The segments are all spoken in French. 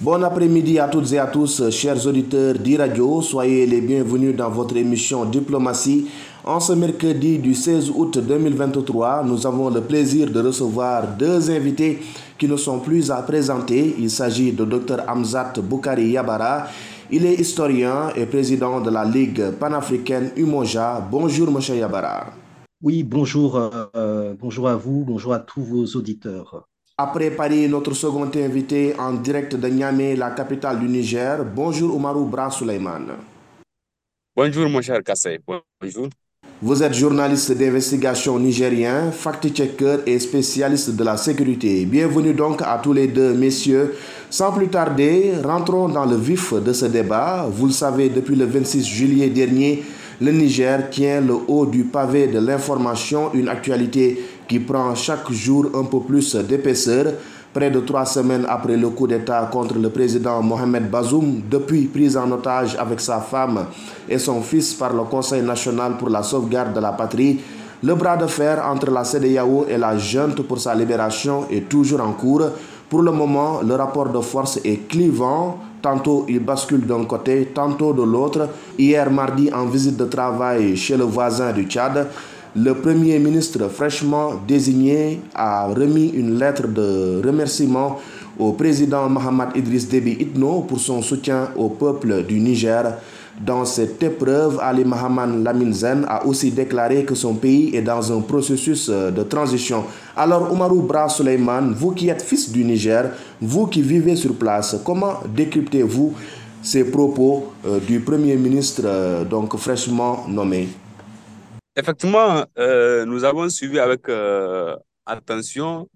Bon après-midi à toutes et à tous, chers auditeurs d'e-radio. Soyez les bienvenus dans votre émission Diplomatie. En ce mercredi du 16 août 2023, nous avons le plaisir de recevoir deux invités qui ne sont plus à présenter. Il s'agit de Dr Hamzat Boukari Yabara. Il est historien et président de la Ligue panafricaine Umoja. Bonjour, monsieur Yabara. Oui, bonjour, bonjour à vous, bonjour à tous vos auditeurs. Après Paris, notre second invité en direct de Niamey, la capitale du Niger. Bonjour, Oumarou Bra Suleiman. Bonjour mon cher Kassai, bonjour. Vous êtes journaliste d'investigation nigérien, fact-checker et spécialiste de la sécurité. Bienvenue donc à tous les deux, messieurs. Sans plus tarder, rentrons dans le vif de ce débat. Vous le savez, depuis le 26 juillet dernier, le Niger tient le haut du pavé de l'information, une actualité qui prend chaque jour un peu plus d'épaisseur. Près de 3 semaines après le coup d'État contre le président Mohamed Bazoum, depuis prise en otage avec sa femme et son fils par le Conseil national pour la sauvegarde de la patrie, le bras de fer entre la CEDEAO et la junte pour sa libération est toujours en cours. Pour le moment, le rapport de force est clivant. Tantôt il bascule d'un côté, tantôt de l'autre. Hier mardi, en visite de travail chez le voisin du Tchad, le Premier ministre fraîchement désigné a remis une lettre de remerciement au président Mahamat Idriss Déby Itno pour son soutien au peuple du Niger. Dans cette épreuve, Ali Mahaman Lamine Zen a aussi déclaré que son pays est dans un processus de transition. Alors, Oumarou Bra Suleiman, vous qui êtes fils du Niger, vous qui vivez sur place, comment décryptez-vous ces propos du Premier ministre donc fraîchement nommé? Effectivement, nous avons suivi avec attention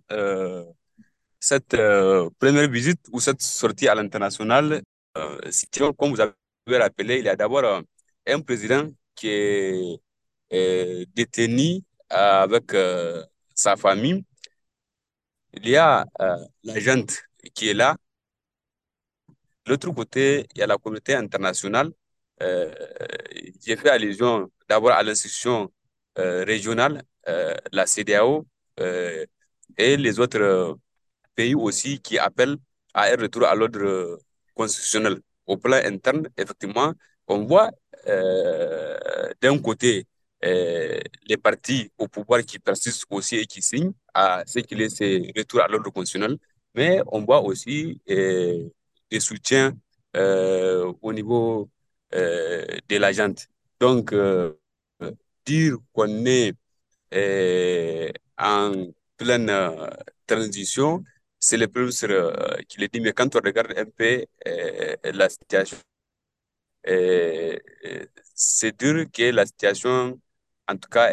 cette première visite ou cette sortie à l'international. Comme vous avez rappelé, il y a d'abord un président qui est détenu avec sa famille. Il y a la junte qui est là. De l'autre côté, il y a la communauté internationale. Euh, j'ai fait allusion d'abord à l'institution régionale, la CEDEAO, et les autres pays aussi qui appellent à un retour à l'ordre constitutionnel. Au plan interne, effectivement, on voit d'un côté les partis au pouvoir qui persistent aussi et qui signent à ce qu'il est ce retour à l'ordre constitutionnel, mais on voit aussi des soutiens au niveau de la gente. Donc, dire qu'on est en pleine transition, c'est le plus qui le dit, mais quand on regarde un peu la situation, euh, euh, c'est dur que la situation, en tout cas,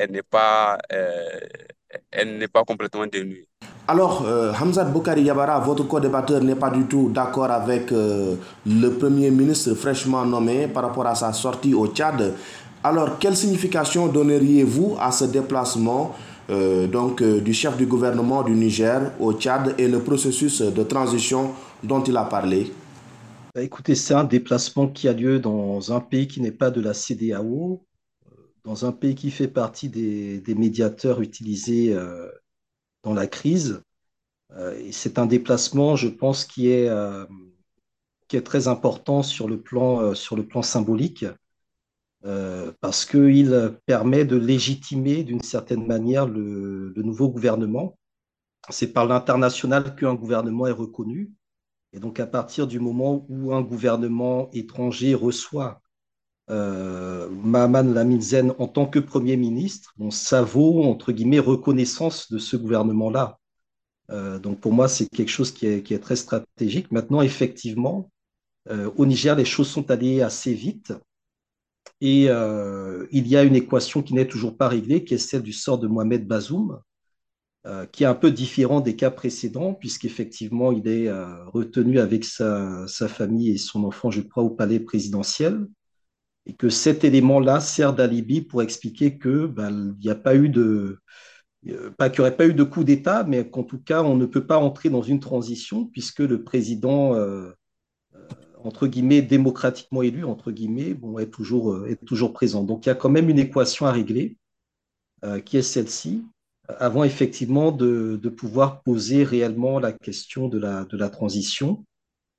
elle n'est pas complètement dénouée. Alors, Hamzat Boukari Yabara, votre co-débatteur n'est pas du tout d'accord avec le Premier ministre fraîchement nommé par rapport à sa sortie au Tchad. Alors, quelle signification donneriez-vous à ce déplacement du chef du gouvernement du Niger au Tchad et le processus de transition dont il a parlé? Écoutez, c'est un déplacement qui a lieu dans un pays qui n'est pas de la CEDEAO, dans un pays qui fait partie des médiateurs utilisés dans la crise. Et c'est un déplacement, je pense, qui est très important sur le plan symbolique, parce qu'il permet de légitimer d'une certaine manière le nouveau gouvernement. C'est par l'international qu'un gouvernement est reconnu. Et donc, à partir du moment où un gouvernement étranger reçoit Mahaman Lamine Zen en tant que Premier ministre, bon, ça vaut, entre guillemets, reconnaissance de ce gouvernement-là. Donc, pour moi, c'est quelque chose qui est très stratégique. Maintenant, effectivement, au Niger, les choses sont allées assez vite et il y a une équation qui n'est toujours pas réglée, qui est celle du sort de Mohamed Bazoum, qui est un peu différent des cas précédents, puisqu'effectivement, il est retenu avec sa famille et son enfant, je crois, au palais présidentiel, et que cet élément-là sert d'alibi pour expliquer que ben, il n'y a pas eu pas qu'il n'y aurait pas eu de coup d'État, mais qu'en tout cas, on ne peut pas entrer dans une transition, puisque le président, entre guillemets, démocratiquement élu, entre guillemets, bon, est toujours présent. Donc, il y a quand même une équation à régler, qui est celle-ci avant effectivement de pouvoir poser réellement la question de la transition.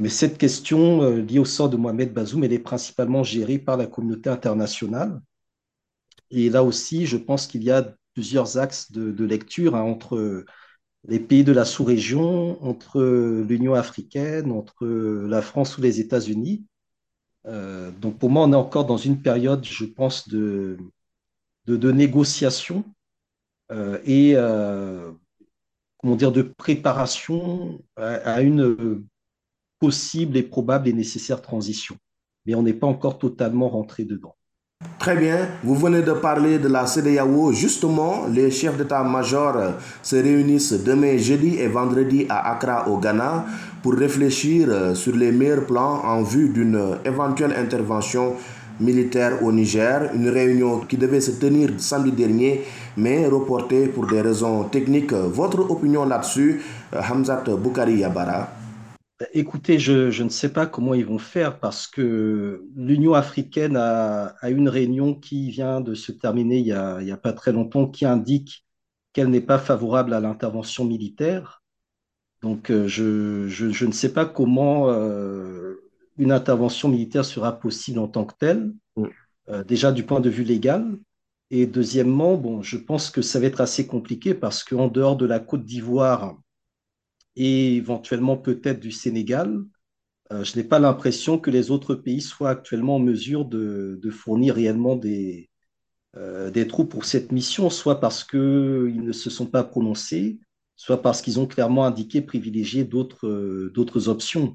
Mais cette question liée au sort de Mohamed Bazoum, elle est principalement gérée par la communauté internationale. Et là aussi, je pense qu'il y a plusieurs axes de lecture hein, entre les pays de la sous-région, entre l'Union africaine, entre la France ou les États-Unis. Donc pour moi, on est encore dans une période, je pense, de négociation et comment dire, de préparation à une possible et probable et nécessaire transition. Mais on n'est pas encore totalement rentré dedans. Très bien, vous venez de parler de la CEDEAO. Justement, les chefs d'état-major se réunissent demain jeudi et vendredi à Accra au Ghana pour réfléchir sur les meilleurs plans en vue d'une éventuelle intervention militaire au Niger, une réunion qui devait se tenir samedi dernier mais reportée pour des raisons techniques. Votre opinion là-dessus, Hamzat Boukari Yabara? Écoutez, je ne sais pas comment ils vont faire parce que l'Union africaine a une réunion qui vient de se terminer il y a pas très longtemps qui indique qu'elle n'est pas favorable à l'intervention militaire. Donc, je ne sais pas comment une intervention militaire sera possible en tant que telle, déjà du point de vue légal. Et deuxièmement, bon, je pense que ça va être assez compliqué parce qu'en dehors de la Côte d'Ivoire et éventuellement peut-être du Sénégal, je n'ai pas l'impression que les autres pays soient actuellement en mesure de fournir réellement des troupes pour cette mission, soit parce qu'ils ne se sont pas prononcés, soit parce qu'ils ont clairement indiqué privilégier d'autres options.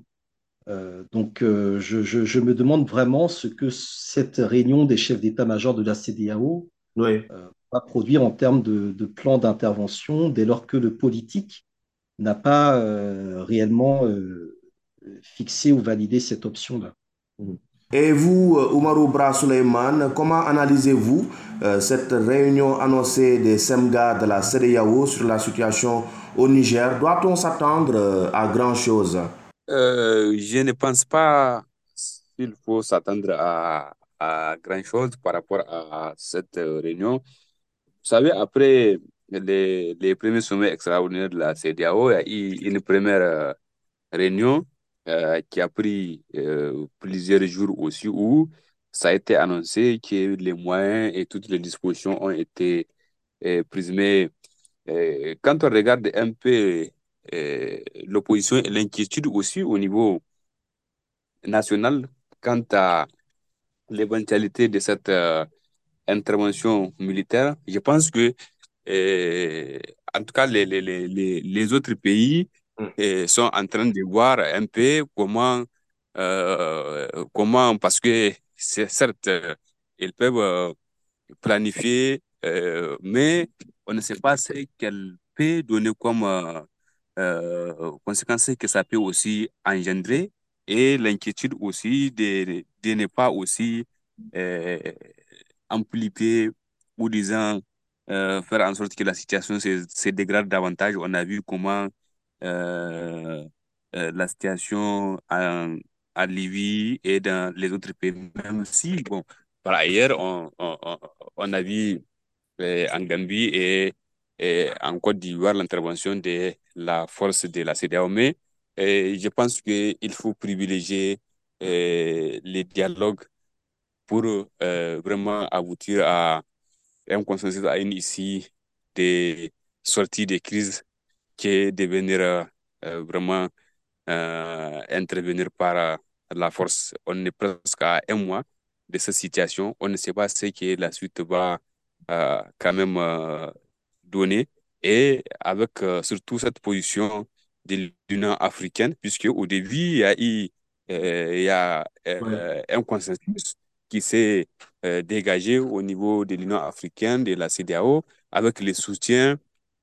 Je me demande vraiment ce que cette réunion des chefs d'état-major de la CEDEAO Oui. va produire en termes de plan d'intervention dès lors que le politique n'a pas réellement fixé ou validé cette option-là. Et vous, Oumarou Bra Suleiman, comment analysez-vous cette réunion annoncée des SEMGA de la CEDEAO sur la situation au Niger? Doit-on s'attendre à grand-chose? Je ne pense pas qu'il faut s'attendre à grand-chose par rapport à cette réunion. Vous savez, après les premiers sommets extraordinaires de la CEDEAO, il y a eu une première réunion qui a pris plusieurs jours aussi, où ça a été annoncé que les moyens et toutes les dispositions ont été prises. Mais quand on regarde un peu l'opposition et l'inquiétude aussi au niveau national quant à l'éventualité de cette intervention militaire, je pense que, euh, en tout cas, les autres pays sont en train de voir un peu comment parce que c'est certes, ils peuvent planifier, mais on ne sait pas ce qu'elle peut donner comme conséquences que ça peut aussi engendrer, et l'inquiétude aussi de ne pas aussi euh, amplifier ou disant faire en sorte que la situation se dégrade davantage. On a vu comment euh, la situation en Libye et dans les autres pays, même si, bon, par ailleurs, on a vu en Gambie et en Côte d'Ivoire l'intervention de la force de la CEDEAO. Mais je pense qu'il faut privilégier les dialogues pour vraiment aboutir à un consensus, à une issue des sorties des crises, qui est de venir vraiment intervenir par la force. On est presque à un mois de cette situation. On ne sait pas ce que la suite va quand même donner. Et avec surtout cette position de l'Union africaine, puisque au début, il y a Oui. un consensus qui s'est dégagé au niveau de l'Union africaine, de la CEDEAO, avec le soutien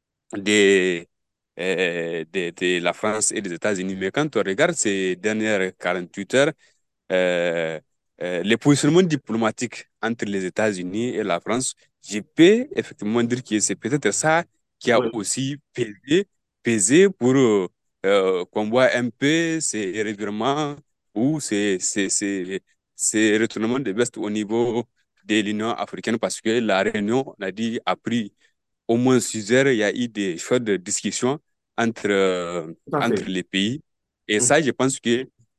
de la France et des États-Unis. Mais quand on regarde ces dernières 48 heures, euh, les positionnements diplomatiques entre les États-Unis et la France, je peux effectivement dire que c'est peut-être ça qui a Oui. aussi pesé pour qu'on voit un peu ces revirements ou ces retournements de veste au niveau de l'Union africaine, parce que la réunion, on a dit, a pris au moins 6 heures. Il y a eu des choses de discussion entre, Tout à entre fait. les pays. Et ça, je pense que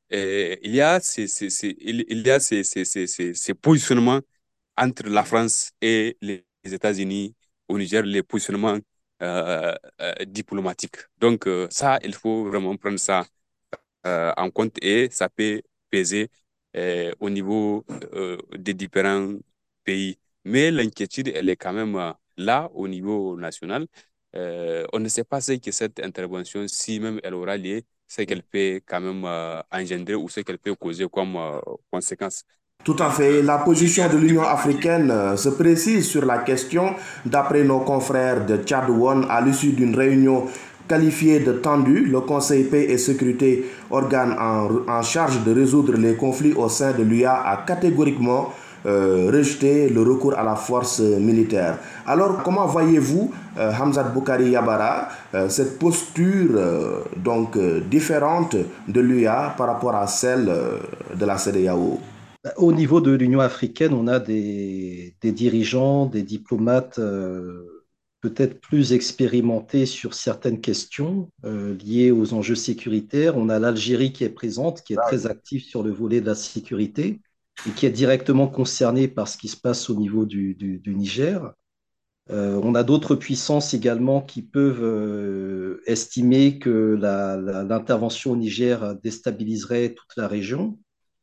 il y a il y a ces positionnements entre la France et les États-Unis au Niger, les positionnements diplomatiques. Donc, ça, il faut vraiment prendre ça en compte et ça peut peser au niveau des différents pays. Mais l'inquiétude, elle est quand même là au niveau national. On ne sait pas ce que cette intervention, si même elle aura lieu, ce qu'elle peut quand même engendrer ou ce qu'elle peut causer comme conséquence. Tout à fait. La position de l'Union africaine se précise sur la question, d'après nos confrères de Tchad One, à l'issue d'une réunion qualifiée de tendue. Le Conseil paix et sécurité, organe en charge de résoudre les conflits au sein de l'UA, a catégoriquement rejeté le recours à la force militaire. Alors, comment voyez-vous, Hamzat Boukari Yabara, cette posture différente de l'UA par rapport à celle de la CEDEAO? Au niveau de l'Union africaine, on a des dirigeants, des diplomates peut-être plus expérimentés sur certaines questions liées aux enjeux sécuritaires. On a l'Algérie qui est présente, qui est très active sur le volet de la sécurité et qui est directement concernée par ce qui se passe au niveau du Niger. On a d'autres puissances également qui peuvent estimer que l'intervention au Niger déstabiliserait toute la région.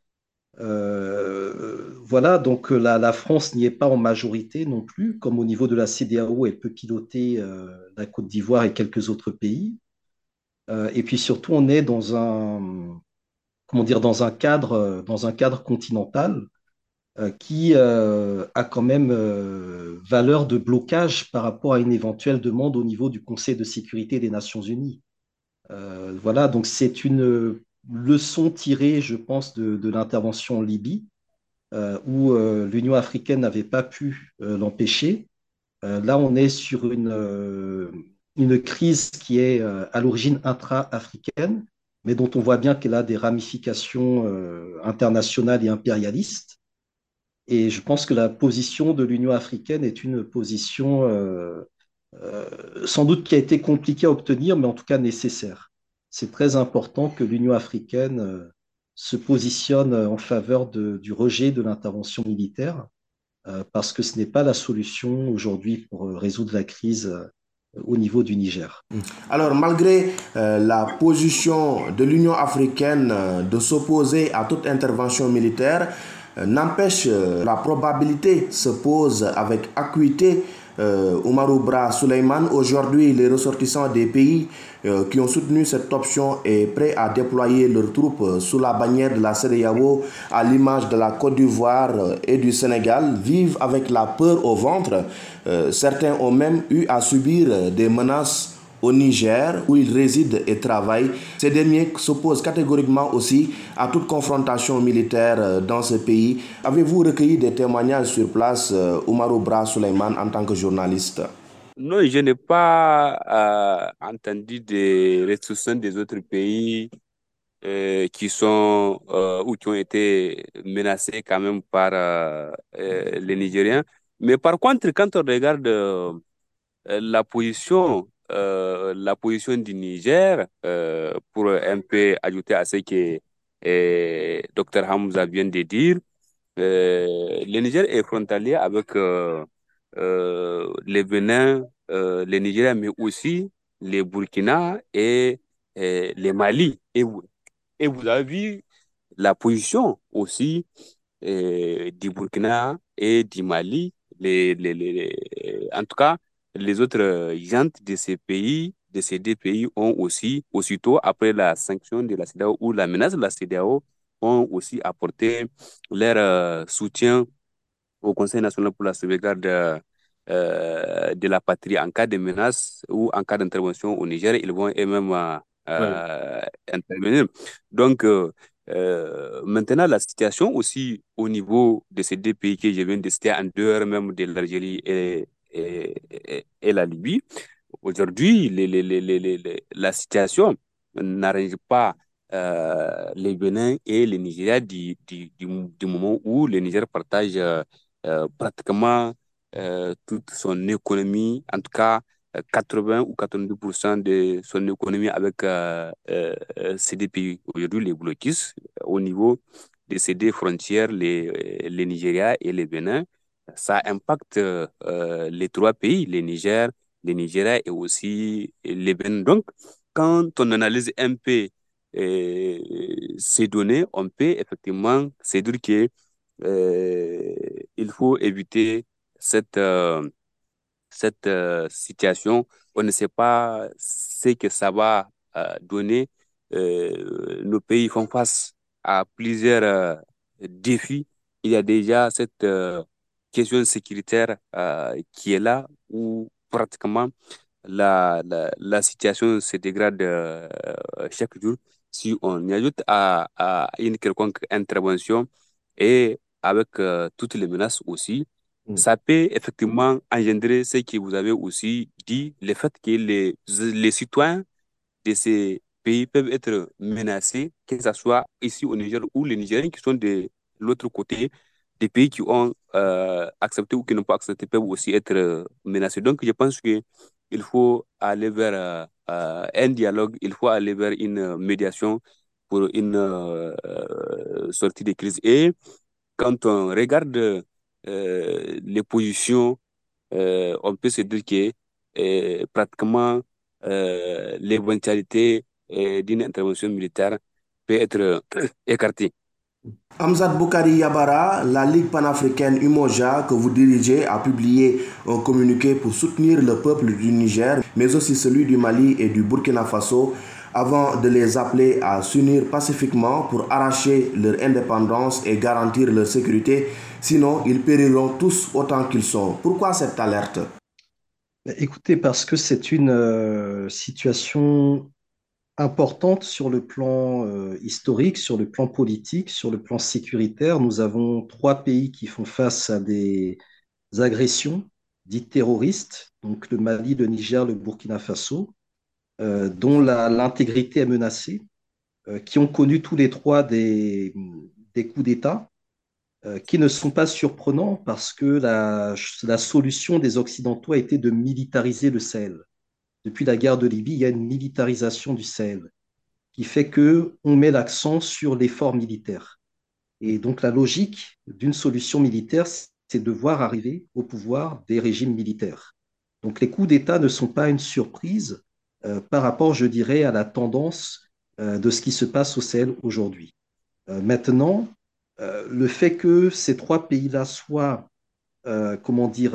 Voilà, donc la France n'y est pas en majorité non plus, comme au niveau de la CEDEAO, elle peut piloter la Côte d'Ivoire et quelques autres pays. Et puis surtout, on est comment dire, dans un cadre continental qui a quand même valeur de blocage par rapport à une éventuelle demande au niveau du Conseil de sécurité des Nations Unies. Voilà, donc c'est une leçon tirée, je pense, de l'intervention en Libye où l'Union africaine n'avait pas pu l'empêcher. Là, on est sur une crise qui est à l'origine intra-africaine, mais dont on voit bien qu'elle a des ramifications internationales et impérialistes. Et je pense que la position de l'Union africaine est une position sans doute qui a été compliquée à obtenir, mais en tout cas nécessaire. C'est très important que l'Union africaine se positionne en faveur du rejet de l'intervention militaire, parce que ce n'est pas la solution aujourd'hui pour résoudre la crise au niveau du Niger. Alors, malgré la position de l'Union africaine de s'opposer à toute intervention militaire, n'empêche, la probabilité se pose avec acuité. Oumarou Bra Suleiman, aujourd'hui, les ressortissants des pays qui ont soutenu cette option et prêts à déployer leurs troupes sous la bannière de la CEDEAO, à l'image de la Côte d'Ivoire et du Sénégal, vivent avec la peur au ventre. Certains ont même eu à subir des menaces au Niger, où ils résident et travaillent. Ces derniers s'opposent catégoriquement aussi à toute confrontation militaire dans ce pays. Avez-vous recueilli des témoignages sur place, Oumarou Bra Suleiman, en tant que journaliste? Non, je n'ai pas entendu des restrictions des autres pays qui sont ou qui ont été menacés quand même par les Nigériens. Mais par contre, quand on regarde la position du Niger, pour un peu ajouter à ce que Dr Hamza vient de dire, le Niger est frontalier avec les Bénin, les Nigériens, mais aussi les Burkina et les Mali. Et vous avez vu la position aussi du Burkina et du Mali, en tout cas, les autres gens de ces pays, de ces deux pays ont aussi, aussitôt après la sanction de la CEDEAO ou la menace de la CEDEAO, ont aussi apporté leur soutien au Conseil national pour la sauvegarde de la patrie en cas de menace ou en cas d'intervention au Niger, ils vont eux-mêmes Ouais. intervenir. Donc, maintenant, la situation aussi au niveau de ces deux pays que je viens de citer, en dehors même de l'Algérie et la Libye, aujourd'hui, la situation n'arrange pas les Bénin et le Nigeria du moment où le Niger partage pratiquement toute son économie, en tout cas 80 ou 90% de son économie avec ces deux pays. Aujourd'hui, les bloquistes au niveau de ces deux frontières, les Nigeria et le Bénin. Ça impacte les trois pays, le Niger, le Nigeria et aussi le Bénin. Donc, quand on analyse un peu euh, ces données, on peut effectivement se dire que il faut éviter cette, cette situation. On ne sait pas ce que ça va donner. Nos pays font face à plusieurs défis. Il y a déjà cette question sécuritaire qui est là, où pratiquement la situation se dégrade chaque jour. Si on y ajoute à une quelconque intervention et avec toutes les menaces aussi, ça peut effectivement engendrer ce que vous avez aussi dit, le fait que les citoyens de ces pays peuvent être menacés, que ce soit ici au Niger ou les Nigériens qui sont de l'autre côté, des pays qui ont accepté ou qui n'ont pas accepté peuvent aussi être menacés. Donc, je pense que il faut aller vers un dialogue, il faut aller vers une médiation pour une sortie de crise. Et quand on regarde les positions, on peut se dire que pratiquement l'éventualité d'une intervention militaire peut être écartée. Hamzat Boukari Yabara, la Ligue panafricaine Umoja que vous dirigez a publié un communiqué pour soutenir le peuple du Niger, mais aussi celui du Mali et du Burkina Faso, avant de les appeler à s'unir pacifiquement pour arracher leur indépendance et garantir leur sécurité. Sinon, ils périront tous autant qu'ils sont. Pourquoi cette alerte? Écoutez, parce que c'est une situation importante sur le plan historique, sur le plan politique, sur le plan sécuritaire. Nous avons trois pays qui font face à des agressions dites terroristes, donc le Mali, le Niger, le Burkina Faso, dont l'intégrité est menacée, qui ont connu tous les trois des coups d'État, qui ne sont pas surprenants parce que la solution des Occidentaux a été de militariser le Sahel. Depuis la guerre de Libye, il y a une militarisation du Sahel qui fait que on met l'accent sur l'effort militaire. Et donc la logique d'une solution militaire, c'est de voir arriver au pouvoir des régimes militaires. Donc les coups d'État ne sont pas une surprise par rapport, je dirais, à la tendance de ce qui se passe au Sahel aujourd'hui. Maintenant, le fait que ces trois pays-là soient, comment dire,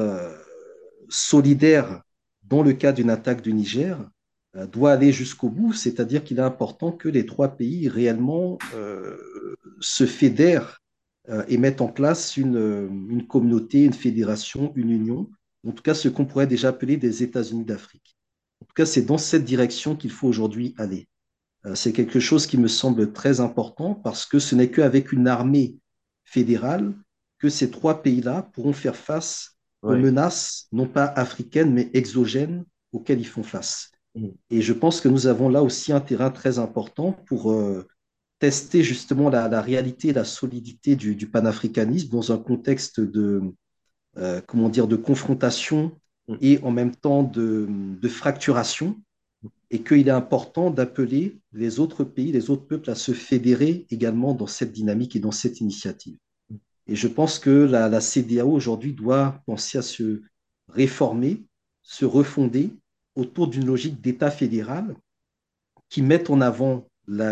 solidaires dans le cas d'une attaque du Niger, doit aller jusqu'au bout, c'est-à-dire qu'il est important que les trois pays réellement se fédèrent et mettent en place une communauté, une fédération, une union, en tout cas ce qu'on pourrait déjà appeler des États-Unis d'Afrique. En tout cas, c'est dans cette direction qu'il faut aujourd'hui aller. C'est quelque chose qui me semble très important parce que ce n'est qu'avec une armée fédérale que ces trois pays-là pourront faire face aux Oui. menaces, non pas africaines, mais exogènes auxquelles ils font face. Mm. Et je pense que nous avons là aussi un terrain très important pour tester justement la réalité et la solidité du panafricanisme dans un contexte comment dire, de confrontation et en même temps de fracturation, et qu'il est important d'appeler les autres pays, les autres peuples à se fédérer également dans cette dynamique et dans cette initiative. Et je pense que la CEDEAO aujourd'hui doit penser à se réformer, se refonder autour d'une logique d'État fédéral qui mette en avant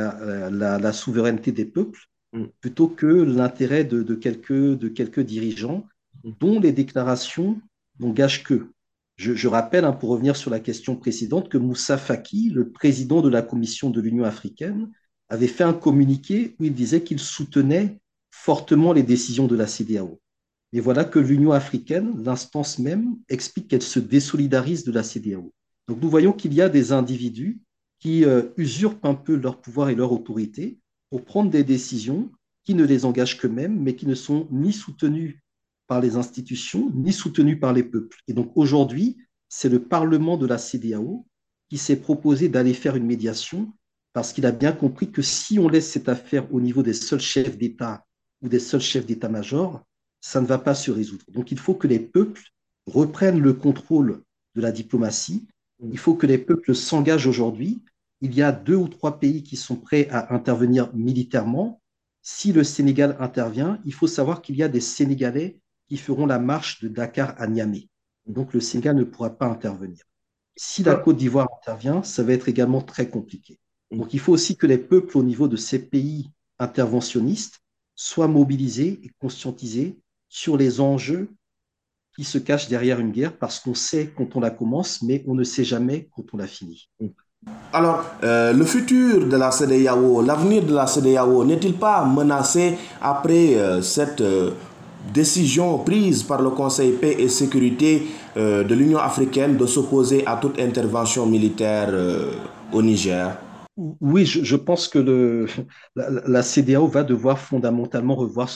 la souveraineté des peuples Mm. plutôt que l'intérêt de quelques dirigeants dont les déclarations n'engagent qu'eux. Je rappelle, hein, pour revenir sur la question précédente, que Moussa Faki, le président de la Commission de l'Union africaine, avait fait un communiqué où il disait qu'il soutenait fortement les décisions de la CEDEAO. Mais voilà que l'Union africaine, l'instance même, explique qu'elle se désolidarise de la CEDEAO. Donc nous voyons qu'il y a des individus qui usurpent un peu leur pouvoir et leur autorité pour prendre des décisions qui ne les engagent qu'eux-mêmes, mais qui ne sont ni soutenues par les institutions, ni soutenues par les peuples. Et donc aujourd'hui, c'est le Parlement de la CEDEAO qui s'est proposé d'aller faire une médiation parce qu'il a bien compris que si on laisse cette affaire au niveau des seuls chefs d'État ou des seuls chefs d'état-major, ça ne va pas se résoudre. Donc il faut que les peuples reprennent le contrôle de la diplomatie. Il faut que les peuples s'engagent aujourd'hui. Il y a deux ou trois pays qui sont prêts à intervenir militairement. Si le Sénégal intervient, il faut savoir qu'il y a des Sénégalais qui feront la marche de Dakar à Niamey. Donc le Sénégal ne pourra pas intervenir. Si la Côte d'Ivoire intervient, ça va être également très compliqué. Donc il faut aussi que les peuples au niveau de ces pays interventionnistes soient mobilisés et conscientisés sur les enjeux qui se cachent derrière une guerre, parce qu'on sait quand on la commence, mais on ne sait jamais quand on la finit. Alors, le futur de la CEDEAO, l'avenir de la CEDEAO n'est-il pas menacé après cette décision prise par le Conseil paix et sécurité de l'Union africaine de s'opposer à toute intervention militaire au Niger? Oui, je pense que la CEDEAO va devoir fondamentalement revoir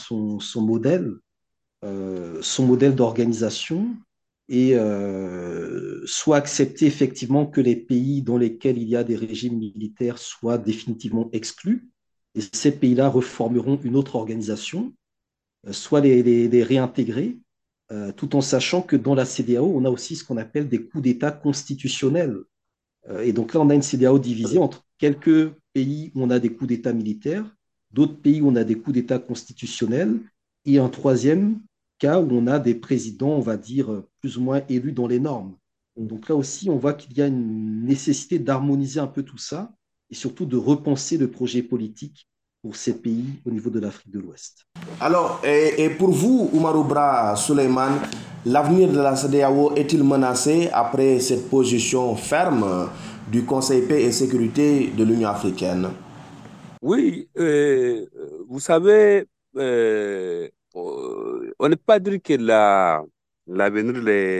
son modèle d'organisation et soit accepter effectivement que les pays dans lesquels il y a des régimes militaires soient définitivement exclus, et ces pays-là reformeront une autre organisation, soit les réintégrer, tout en sachant que dans la CEDEAO, on a aussi ce qu'on appelle des coups d'État constitutionnels. Et donc là, on a une CEDEAO divisée entre quelques pays où on a des coups d'État militaires, d'autres pays où on a des coups d'État constitutionnels, et un troisième cas où on a des présidents, on va dire, plus ou moins élus dans les normes. Donc là aussi, on voit qu'il y a une nécessité d'harmoniser un peu tout ça et surtout de repenser le projet politique pour ces pays au niveau de l'Afrique de l'Ouest. Alors, et pour vous, Oumaroubra Suleiman, l'avenir de la CEDEAO est-il menacé après cette position ferme du Conseil paix et sécurité de l'Union africaine? Oui, vous savez, on ne peut pas dire que l'avenir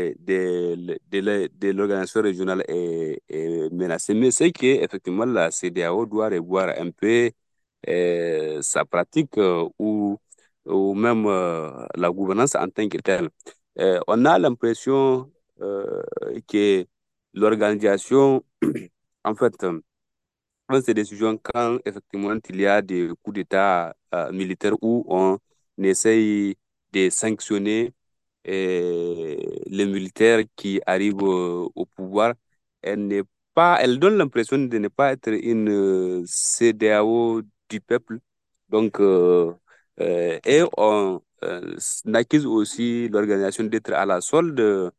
de l'organisation régionale est menacé, mais c'est qu'effectivement la CEDEAO doit revoir un peu sa pratique ou même la gouvernance en tant que telle. On a l'impression que l'organisation, en fait, prend ces décisions quand effectivement il y a des coups d'État militaires où on essaye de sanctionner les militaires qui arrivent au pouvoir. Elle donne l'impression de ne pas être une CEDEAO du peuple. Donc, et on accuse aussi l'organisation d'être à la solde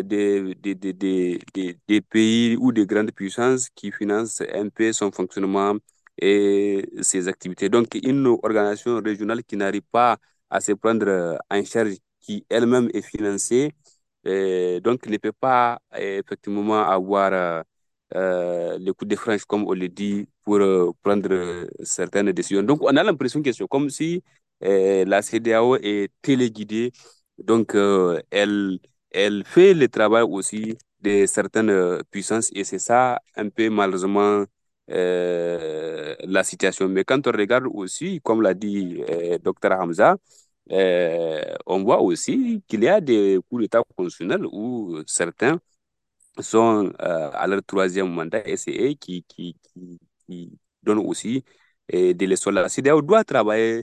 des pays ou des grandes puissances qui financent un peu son fonctionnement et ses activités. Donc, une organisation régionale qui n'arrive pas à se prendre en charge, qui elle-même est financée, donc ne peut pas effectivement avoir le coup de franche, comme on le dit, pour prendre certaines décisions. Donc, on a l'impression que c'est comme si la CEDEAO est téléguidée. Donc, elle fait le travail aussi de certaines puissances et c'est ça un peu malheureusement la situation. Mais quand on regarde aussi, comme l'a dit Dr Hamza, on voit aussi qu'il y a des coups d'État constitutionnels où certains sont à leur troisième mandat et c'est eux qui donnent aussi des leçons. La CEDEAO doit travailler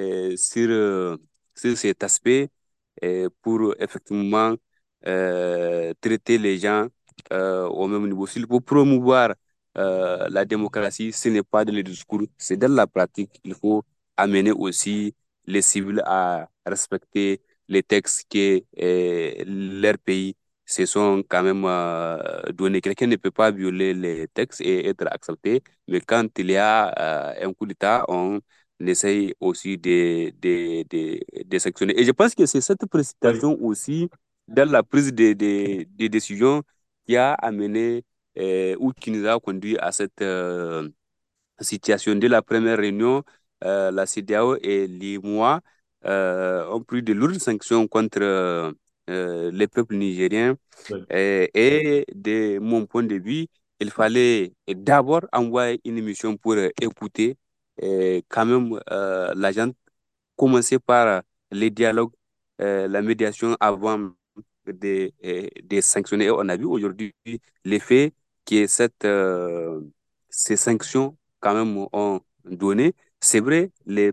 sur cet aspect pour effectivement traiter les gens au même niveau. S'il faut promouvoir la démocratie, ce n'est pas dans le discours, c'est dans la pratique. Il faut amener aussi les civils à respecter les textes que leur pays se sont quand même donnés. Quelqu'un ne peut pas violer les textes et être accepté, mais quand il y a un coup d'État, on essaye aussi de sanctionner. Et je pense que c'est cette précipitation aussi dans la prise des décisions qui a amené ou qui nous a conduit à cette situation. Dès la première réunion, la CEDEAO et l'IMOA ont pris de lourdes sanctions contre les peuples nigériens. Et de mon point de vue, il fallait d'abord envoyer une mission pour écouter quand même l'agent, commencer par les dialogues, la médiation avant de sanctionner. Et on a vu aujourd'hui l'effet que ces sanctions quand même ont donné. C'est vrai,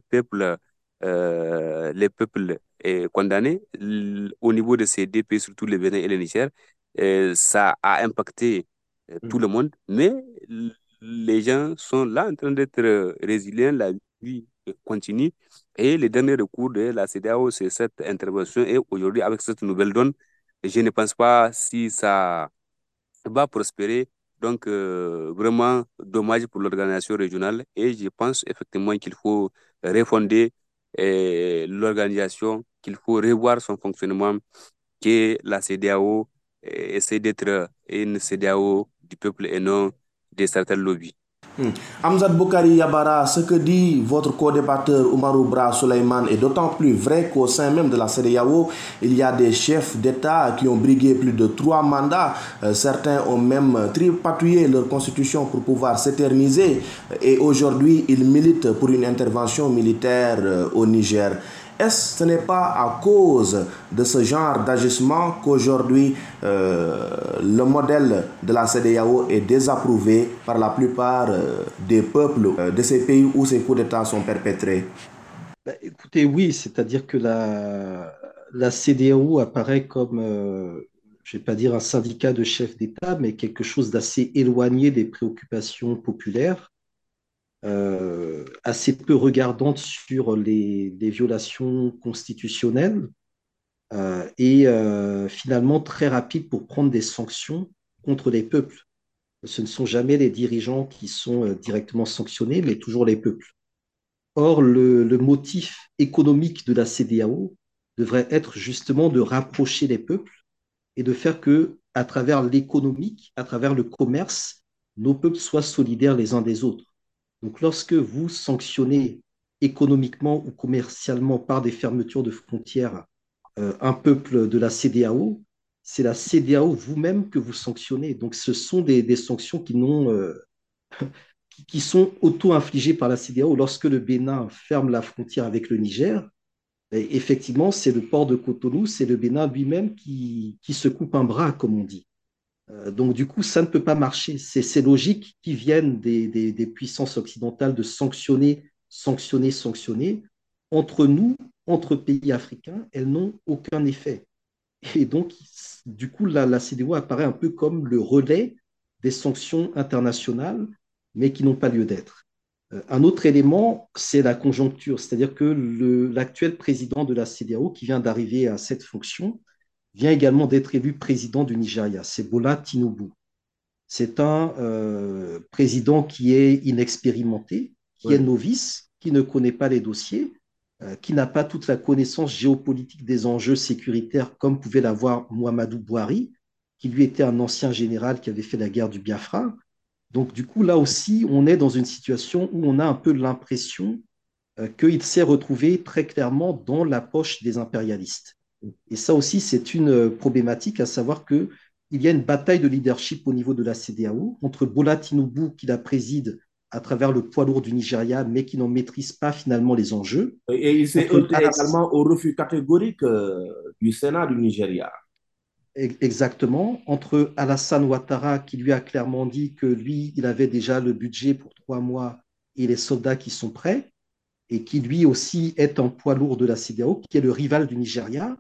les peuples condamnés au niveau de ces deux pays, surtout le Bénin et le Niger, ça a impacté tout le monde, mais les gens sont là en train d'être résilients. La vie continue. Et le dernier recours de la CEDEAO, c'est cette intervention. Et aujourd'hui, avec cette nouvelle donne, je ne pense pas si ça va prospérer. Donc, vraiment dommage pour l'organisation régionale. Et je pense effectivement qu'il faut refonder l'organisation, qu'il faut revoir son fonctionnement, que la CEDEAO essaie d'être une CEDEAO du peuple et non de certains lobbies. Hamzat Boukari Yabara, ce que dit votre co-débatteur Oumarou Bra Souleyman est d'autant plus vrai qu'au sein même de la CEDEAO, il y a des chefs d'État qui ont brigué plus de 3 mandats. Certains ont même tripatouillé leur constitution pour pouvoir s'éterniser et aujourd'hui, ils militent pour une intervention militaire au Niger. Est-ce que ce n'est pas à cause de ce genre d'agissement qu'aujourd'hui le modèle de la CEDEAO est désapprouvé par la plupart des peuples de ces pays où ces coups d'État sont perpétrés? Écoutez, oui, c'est-à-dire que la CEDEAO apparaît comme, je ne vais pas dire un syndicat de chefs d'État, mais quelque chose d'assez éloigné des préoccupations populaires, assez peu regardante sur les violations constitutionnelles et finalement très rapide pour prendre des sanctions contre les peuples. Ce ne sont jamais les dirigeants qui sont directement sanctionnés, mais toujours les peuples. Or, le motif économique de la CEDEAO devrait être justement de rapprocher les peuples et de faire que, à travers l'économique, à travers le commerce, nos peuples soient solidaires les uns des autres. Donc, lorsque vous sanctionnez économiquement ou commercialement par des fermetures de frontières un peuple de la CEDEAO, c'est la CEDEAO vous-même que vous sanctionnez. Donc, ce sont des sanctions qui sont auto-infligées par la CEDEAO. Lorsque le Bénin ferme la frontière avec le Niger, effectivement, c'est le port de Cotonou, c'est le Bénin lui-même qui se coupe un bras, comme on dit. Donc, du coup, ça ne peut pas marcher. C'est ces logiques qui viennent des puissances occidentales de sanctionner, sanctionner, sanctionner. Entre nous, entre pays africains, elles n'ont aucun effet. Et donc, du coup, la CEDEAO apparaît un peu comme le relais des sanctions internationales, mais qui n'ont pas lieu d'être. Un autre élément, c'est la conjoncture, c'est-à-dire que l'actuel président de la CEDEAO, qui vient d'arriver à cette fonction, vient également d'être élu président du Nigeria. C'est Bola Tinubu. C'est un président qui est inexpérimenté, qui est Oui. novice, qui ne connaît pas les dossiers, qui n'a pas toute la connaissance géopolitique des enjeux sécuritaires comme pouvait l'avoir Muhammadu Buhari, qui lui était un ancien général qui avait fait la guerre du Biafra. Donc du coup, là aussi, on est dans une situation où on a un peu l'impression qu'il s'est retrouvé très clairement dans la poche des impérialistes. Et ça aussi, c'est une problématique, à savoir qu'il y a une bataille de leadership au niveau de la CEDEAO entre Bola Tinubu, qui la préside à travers le poids lourd du Nigeria, mais qui n'en maîtrise pas finalement les enjeux, Et il s'est entre heurté également au refus catégorique du Sénat du Nigeria. exactement, entre Alassane Ouattara, qui lui a clairement dit que lui, il avait déjà le budget pour 3 mois et les soldats qui sont prêts, et qui lui aussi est un poids lourd de la CEDEAO, qui est le rival du Nigeria,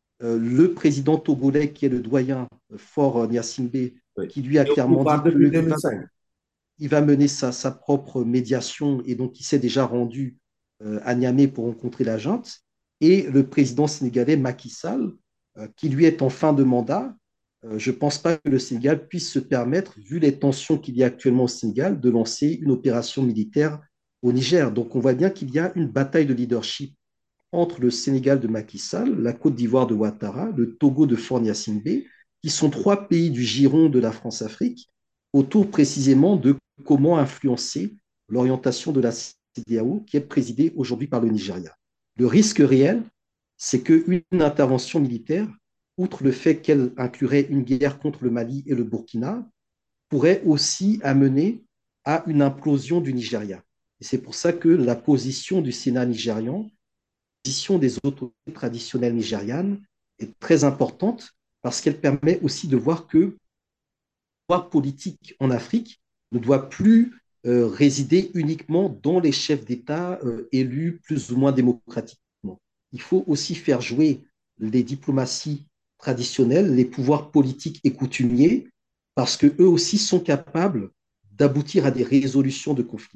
le président togolais, qui est le doyen Faure Gnassingbé, Oui. qui lui a Et au clairement pouvoir dit depuis qu'il 2005. va mener sa propre médiation et donc il s'est déjà rendu à Niamey pour rencontrer la junte, et le président sénégalais Macky Sall, qui lui est en fin de mandat. Je ne pense pas que le Sénégal puisse se permettre, vu les tensions qu'il y a actuellement au Sénégal, de lancer une opération militaire au Niger. Donc on voit bien qu'il y a une bataille de leadership entre le Sénégal de Macky Sall, la Côte d'Ivoire de Ouattara, le Togo de Faure Gnassingbé, qui sont 3 pays du giron de la France-Afrique, autour précisément de comment influencer l'orientation de la CEDEAO, qui est présidée aujourd'hui par le Nigeria. Le risque réel, c'est qu'une intervention militaire, outre le fait qu'elle inclurait une guerre contre le Mali et le Burkina, pourrait aussi amener à une implosion du Nigeria. Et c'est pour ça que la position du Sénat nigérian, position des autorités traditionnelles nigérianes est très importante parce qu'elle permet aussi de voir que le pouvoir politique en Afrique ne doit plus résider uniquement dans les chefs d'État élus plus ou moins démocratiquement. Il faut aussi faire jouer les diplomaties traditionnelles, les pouvoirs politiques et coutumiers, parce qu'eux aussi sont capables d'aboutir à des résolutions de conflits.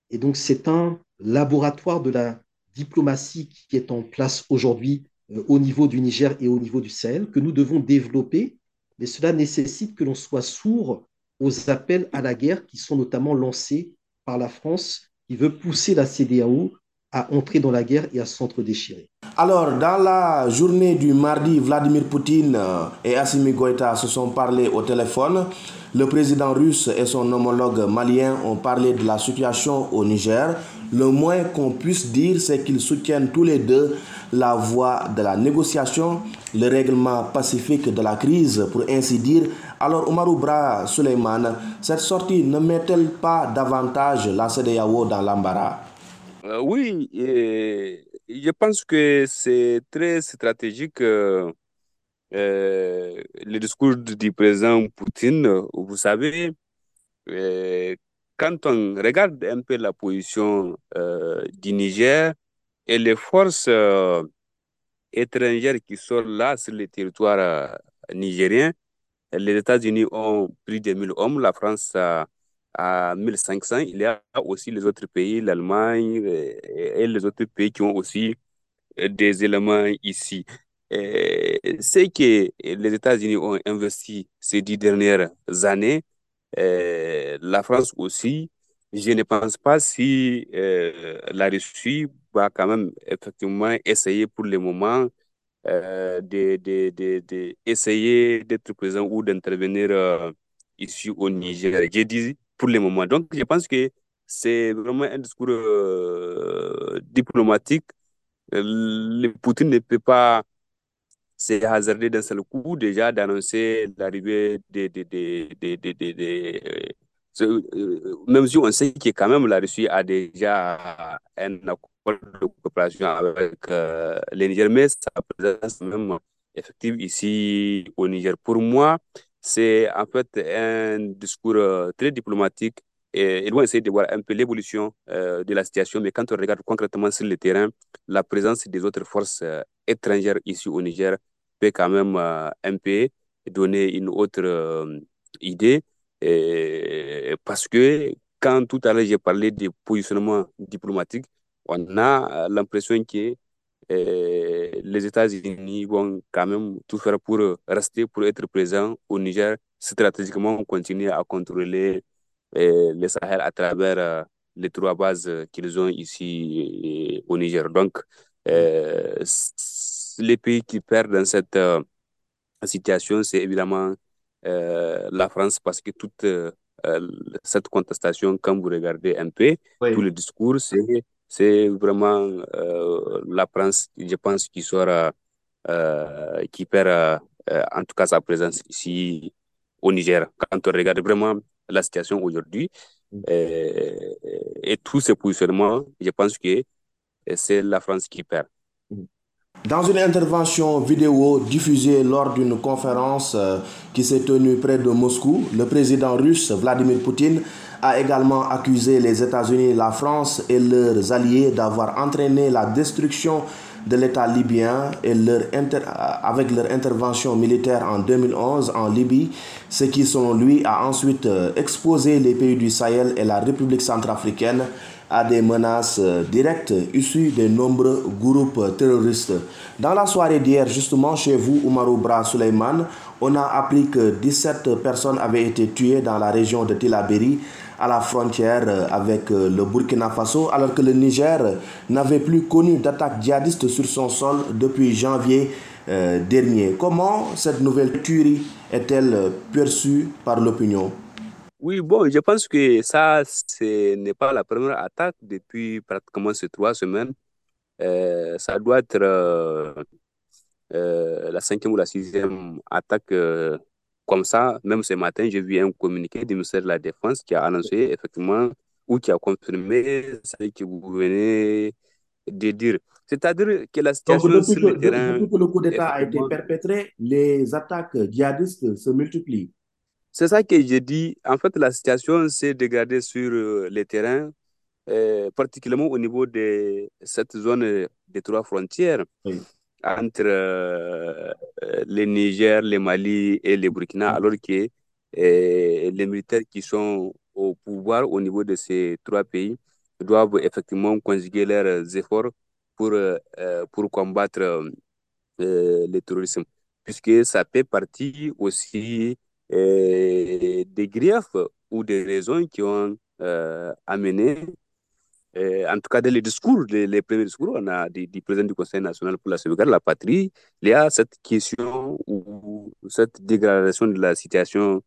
Et donc, c'est un laboratoire de la diplomatie qui est en place aujourd'hui au niveau du Niger et au niveau du Sahel que nous devons développer. Mais cela nécessite que l'on soit sourd aux appels à la guerre qui sont notamment lancés par la France, qui veut pousser la CEDEAO à entrer dans la guerre et à s'entre-déchirer. Alors, dans la journée du mardi, Vladimir Poutine et Assimi Goïta se sont parlé au téléphone. Le président russe et son homologue malien ont parlé de la situation au Niger. Le moins qu'on puisse dire, c'est qu'ils soutiennent tous les deux la voie de la négociation, le règlement pacifique de la crise, pour ainsi dire. Alors, Oumarou Bra Suleiman, cette sortie ne met-elle pas davantage la CEDEAO dans l'embarras? Oui, et je pense que c'est très stratégique le discours du président Poutine. Vous savez, euh, quand on regarde un peu la position du Niger et les forces étrangères qui sont là sur le territoire nigérien, les États-Unis ont plus de 1000 hommes, la France a 1500. Il y a aussi les autres pays, l'Allemagne et les autres pays qui ont aussi des éléments ici. C'est que les États-Unis ont investi ces 10 dernières années, la France aussi. Je ne pense pas si la Russie va quand même effectivement essayer pour le moment essayer d'être présent ou d'intervenir ici au Niger. J'ai dit pour le moment. Donc, je pense que c'est vraiment un discours diplomatique. Le Poutine ne peut pas s'est hasardé d'un seul coup déjà d'annoncer l'arrivée même si on sait que quand même la Russie a déjà un accord de coopération avec le Niger, mais sa présence même effective ici au Niger. Pour moi, c'est en fait un discours très diplomatique et ils vont essayer de voir un peu l'évolution de la situation, mais quand on regarde concrètement sur le terrain, la présence des autres forces étrangères ici au Niger peut quand même un peu donner une autre idée. Parce que quand tout à l'heure j'ai parlé des positionnements diplomatiques, on a l'impression que les États-Unis vont quand même tout faire pour rester, pour être présents au Niger. Stratégiquement, continuer à contrôler le Sahel à travers les trois bases qu'ils ont ici au Niger. Donc, les pays qui perdent dans cette situation, c'est évidemment la France parce que toute euh, cette contestation, quand vous regardez un peu, tout Oui. le discours, c'est vraiment la France, je pense, qui sera, qui perd en tout cas sa présence ici au Niger. Quand on regarde vraiment la situation aujourd'hui euh, et tous ces positionnements, je pense que c'est la France qui perd. Dans une intervention vidéo diffusée lors d'une conférence qui s'est tenue près de Moscou, le président russe Vladimir Poutine a également accusé les États-Unis, la France et leurs alliés d'avoir entraîné la destruction de l'État libyen et avec leur intervention militaire en 2011 en Libye, ce qui, selon lui, a ensuite exposé les pays du Sahel et la République centrafricaine à des menaces directes issues de nombreux groupes terroristes. Dans la soirée d'hier, justement, chez vous, Oumarou Bra Suleiman, on a appris que 17 personnes avaient été tuées dans la région de Tillabéri, à la frontière avec le Burkina Faso, alors que le Niger n'avait plus connu d'attaque djihadiste sur son sol depuis janvier dernier. Comment cette nouvelle tuerie est-elle perçue par l'opinion? Oui, bon, je pense que ça, ce n'est pas la première attaque depuis pratiquement ces 3 semaines. Ça doit être la cinquième ou la sixième attaque comme ça. Même ce matin, j'ai vu un communiqué du ministère de la Défense qui a annoncé effectivement ou qui a confirmé ce que vous venez de dire. C'est-à-dire que la Donc, situation sur le terrain, depuis que le coup d'État a été effectivement, perpétré, les attaques djihadistes se multiplient. c'est ça que j'ai dit. En fait, la situation s'est dégradée sur le terrain, particulièrement au niveau de cette zone des trois frontières Oui. entre le Niger, le Mali et le Burkina, alors que les militaires qui sont au pouvoir au niveau de ces trois pays doivent effectivement conjuguer leurs efforts pour combattre le terrorisme, puisque ça fait partie aussi des griefs ou des raisons qui ont amené, en tout cas dans les discours, les premiers discours, on a du président du Conseil national pour la sauvegarde de la patrie, il y a cette question ou cette dégradation de la situation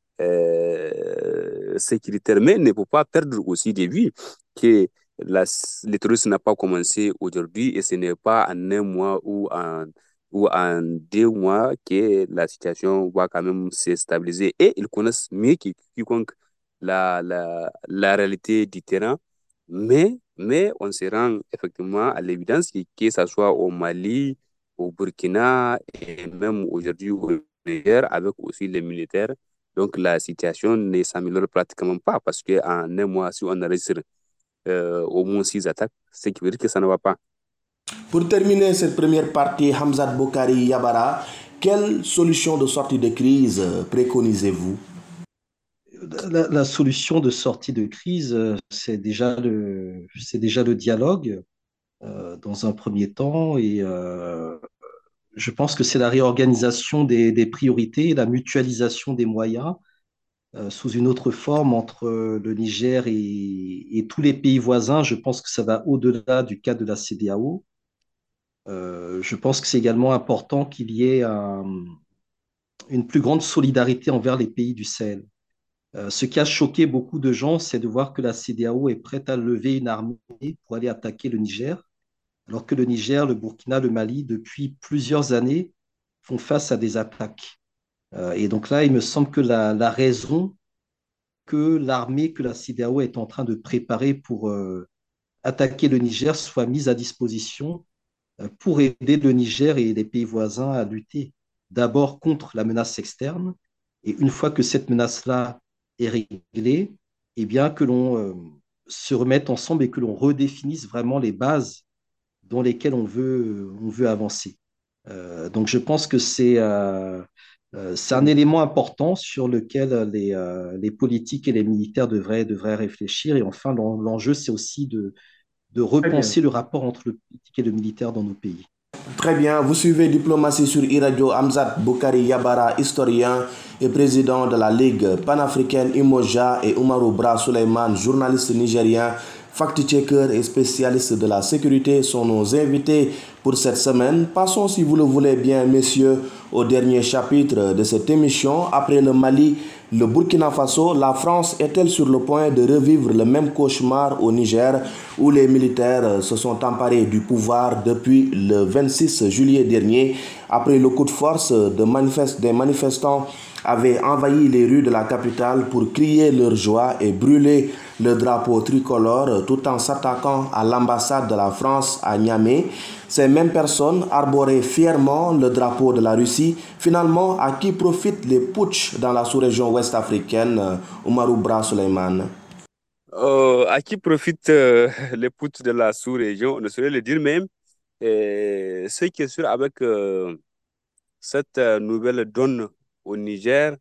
sécuritaire, mais il ne faut pas perdre aussi de vue que le terrorisme n'a pas commencé aujourd'hui et ce n'est pas en un mois ou en 2 mois que la situation va quand même se stabiliser. Et ils connaissent mieux que quiconque la réalité du terrain, mais on se rend effectivement à l'évidence que ce soit au Mali, au Burkina et même aujourd'hui au Niger, avec aussi les militaires, donc, la situation ne s'améliore pratiquement pas parce qu'en un mois, si on enregistre au moins 6 attaques, c'est qui veut dire que ça ne va pas. Pour terminer cette première partie, Hamzat Boukari Yabara, quelle solution de sortie de crise préconisez-vous? La solution de sortie de crise, c'est déjà le dialogue dans un premier temps et je pense que c'est la réorganisation des priorités, la mutualisation des moyens sous une autre forme entre le Niger et tous les pays voisins. Je pense que ça va au-delà du cadre de la CEDEAO. Je pense que c'est également important qu'il y ait une plus grande solidarité envers les pays du Sahel. Ce qui a choqué beaucoup de gens, c'est de voir que la CEDEAO est prête à lever une armée pour aller attaquer le Niger, alors que le Niger, le Burkina, le Mali, depuis plusieurs années, font face à des attaques. Et donc là, il me semble que la raison que l'armée que la CEDEAO est en train de préparer pour attaquer le Niger soit mise à disposition pour aider le Niger et les pays voisins à lutter d'abord contre la menace externe. Et une fois que cette menace-là est réglée, eh bien que l'on se remette ensemble et que l'on redéfinisse vraiment les bases dans lesquelles on veut avancer. Donc je pense que c'est un élément important sur lequel les politiques et les militaires devraient réfléchir. Et enfin, l'enjeu, c'est aussi de Très bien. repenser le rapport entre le politique et le militaire dans nos pays. Très bien, vous suivez Diplomatie sur e-radio. Hamzat Boukari Yabara, historien et président de la Ligue panafricaine Imoja, et Oumarou Bra Suleiman, journaliste nigérien, fact-checker et spécialiste de la sécurité, sont nos invités pour cette semaine. Passons, si vous le voulez bien, messieurs, au dernier chapitre de cette émission. Après le Mali, le Burkina Faso, la France est-elle sur le point de revivre le même cauchemar au Niger, où les militaires se sont emparés du pouvoir depuis le 26 juillet dernier, après le coup de force des manifestants avaient envahi les rues de la capitale pour crier leur joie et brûler le drapeau tricolore tout en s'attaquant à l'ambassade de la France à Niamey. Ces mêmes personnes arboraient fièrement le drapeau de la Russie. Finalement, à qui profitent les putschs dans la sous-région ouest africaine, Oumarou Bra Suleiman? À qui profitent les poutres de la sous-région, on ne saurait le dire même. Ce qui est sûr avec cette nouvelle donne au Niger,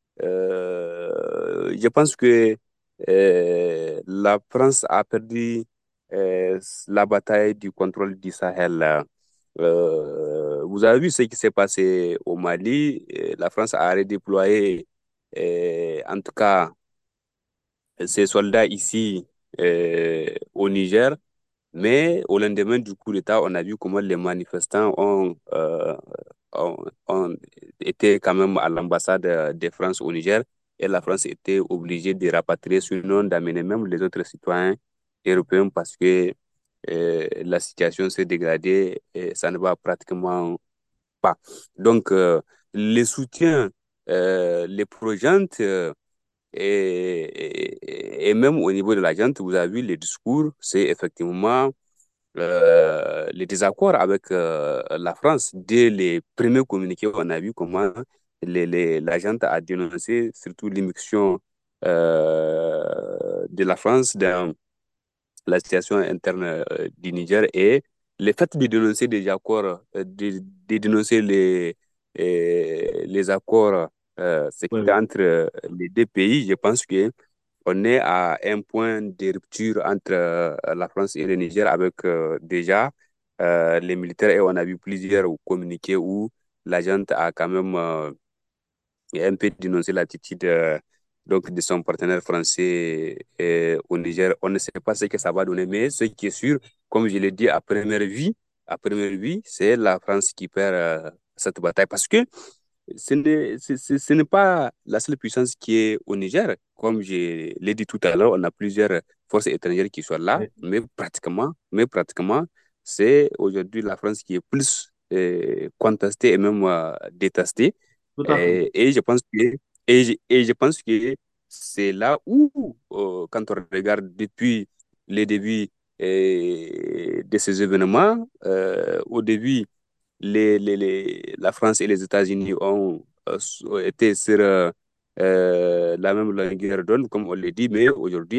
je pense que la France a perdu la bataille du contrôle du Sahel. Vous avez vu ce qui s'est passé au Mali. La France a redéployé, en tout cas, ses soldats ici au Niger. Mais au lendemain du coup d'État, on a vu comment les manifestants ont été quand même à l'ambassade de France au Niger et la France était obligée de rapatrier, sinon d'amener même les autres citoyens européens parce que la situation s'est dégradée et ça ne va pratiquement pas. Donc, les soutiens, les projets et même au niveau de la gente, vous avez vu les discours, c'est effectivement les désaccords avec la France. Dès les premiers communiqués, on a vu comment la gente a dénoncé surtout l'immixtion de la France dans la situation interne du Niger et le fait de dénoncer des accords, de dénoncer les accords Ouais, sécuritaires ouais. entre les deux pays, je pense que on est à un point de rupture entre la France et le Niger avec déjà les militaires et on a vu plusieurs communiqués où l'agent a quand même un peu dénoncé l'attitude donc de son partenaire français au Niger. On ne sait pas ce que ça va donner, mais ce qui est sûr, comme je l'ai dit à première vue, c'est la France qui perd cette bataille parce que ce n'est pas la seule puissance qui est au Niger. Comme je l'ai dit tout à l'heure, on a plusieurs forces étrangères qui sont là, Oui, mais pratiquement, c'est aujourd'hui la France qui est plus contestée et même détestée. tout à fait. Et je pense que, et je pense que c'est là où, quand on regarde depuis les débuts de ces événements, au début, la France et les États-Unis ont été sur la même longueur d'onde, comme on l'a dit, mais aujourd'hui,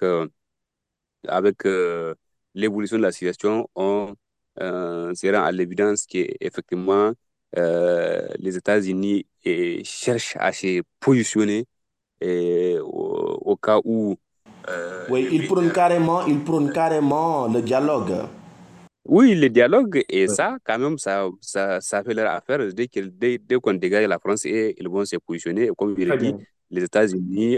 avec l'évolution de la situation, on se rend à l'évidence qu'effectivement, les États-Unis cherchent à se positionner au cas où Oui, le militaire. il prône carrément le dialogue. Oui, le dialogue, et Oui, ça, quand même, ça fait leur affaire. Dès qu'on dégage la France, et ils vont se positionner. Et comme je l'ai très dit, bien. les États-Unis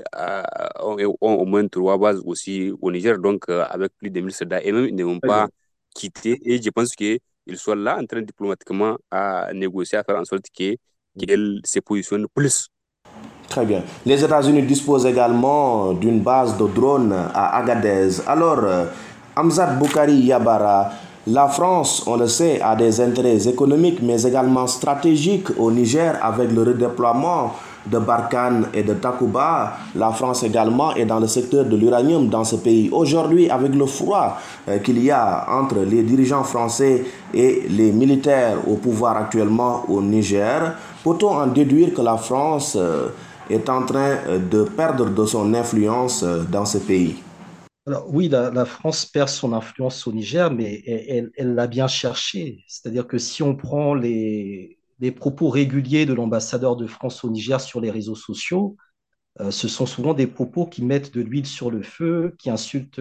ont au moins 3 bases aussi au Niger, donc avec plus de 1 000 soldats. Et même, ils ne vont Très pas bien. quitter. Et je pense qu'ils sont là en train diplomatiquement à négocier, à faire en sorte qu'ils se positionnent plus. Très bien. Les États-Unis disposent également d'une base de drones à Agadez. Alors, Hamzat Boukari Yabara, la France, on le sait, a des intérêts économiques, mais également stratégiques au Niger avec le redéploiement de Barkhane et de Takuba. La France également est dans le secteur de l'uranium dans ce pays. Aujourd'hui, avec le froid qu'il y a entre les dirigeants français et les militaires au pouvoir actuellement au Niger, peut-on en déduire que la France est en train de perdre de son influence dans ce pays? Alors oui, la France perd son influence au Niger, mais elle l'a bien cherché. C'est-à-dire que si on prend les propos réguliers de l'ambassadeur de France au Niger sur les réseaux sociaux, ce sont souvent des propos qui mettent de l'huile sur le feu, qui insultent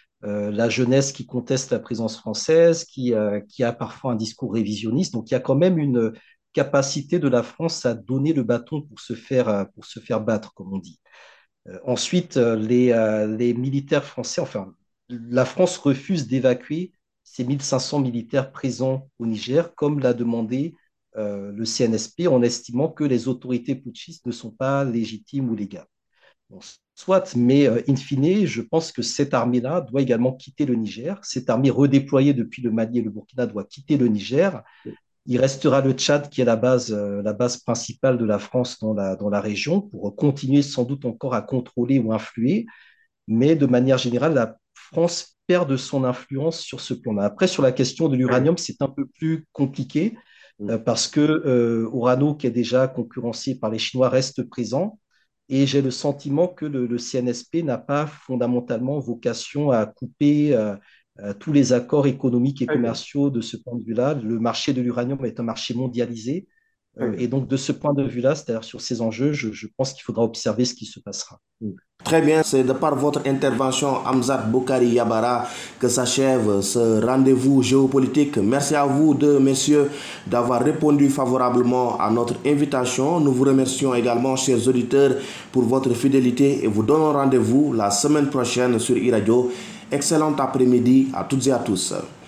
la jeunesse qui conteste la présence française, qui a parfois un discours révisionniste. Donc il y a quand même une capacité de la France à donner le bâton pour se faire battre, comme on dit. Ensuite, les militaires français, enfin, la France refuse d'évacuer ces 1 500 militaires présents au Niger, comme l'a demandé le CNSP, en estimant que les autorités putschistes ne sont pas légitimes ou légales. Bon, soit, mais in fine, je pense que cette armée-là doit également quitter le Niger. Cette armée redéployée depuis le Mali et le Burkina doit quitter le Niger. Il restera le Tchad qui est la base principale de la France dans la région pour continuer sans doute encore à contrôler ou influer. Mais de manière générale, la France perd de son influence sur ce plan-là. Après, sur la question de l'uranium, c'est un peu plus compliqué parce que Orano, qui est déjà concurrencé par les Chinois, reste présent. Et j'ai le sentiment que le CNSP n'a pas fondamentalement vocation à couper tous les accords économiques et Très bien, commerciaux de ce point de vue-là. Le marché de l'uranium est un marché mondialisé. très bien. Et donc, de ce point de vue-là, c'est-à-dire sur ces enjeux, je pense qu'il faudra observer ce qui se passera. Très bien, c'est de par votre intervention, Hamzat Boukari Yabara, que s'achève ce rendez-vous géopolitique. Merci à vous deux, messieurs, d'avoir répondu favorablement à notre invitation. Nous vous remercions également, chers auditeurs, pour votre fidélité et vous donnons rendez-vous la semaine prochaine sur iRadio. Excellent après-midi à toutes et à tous.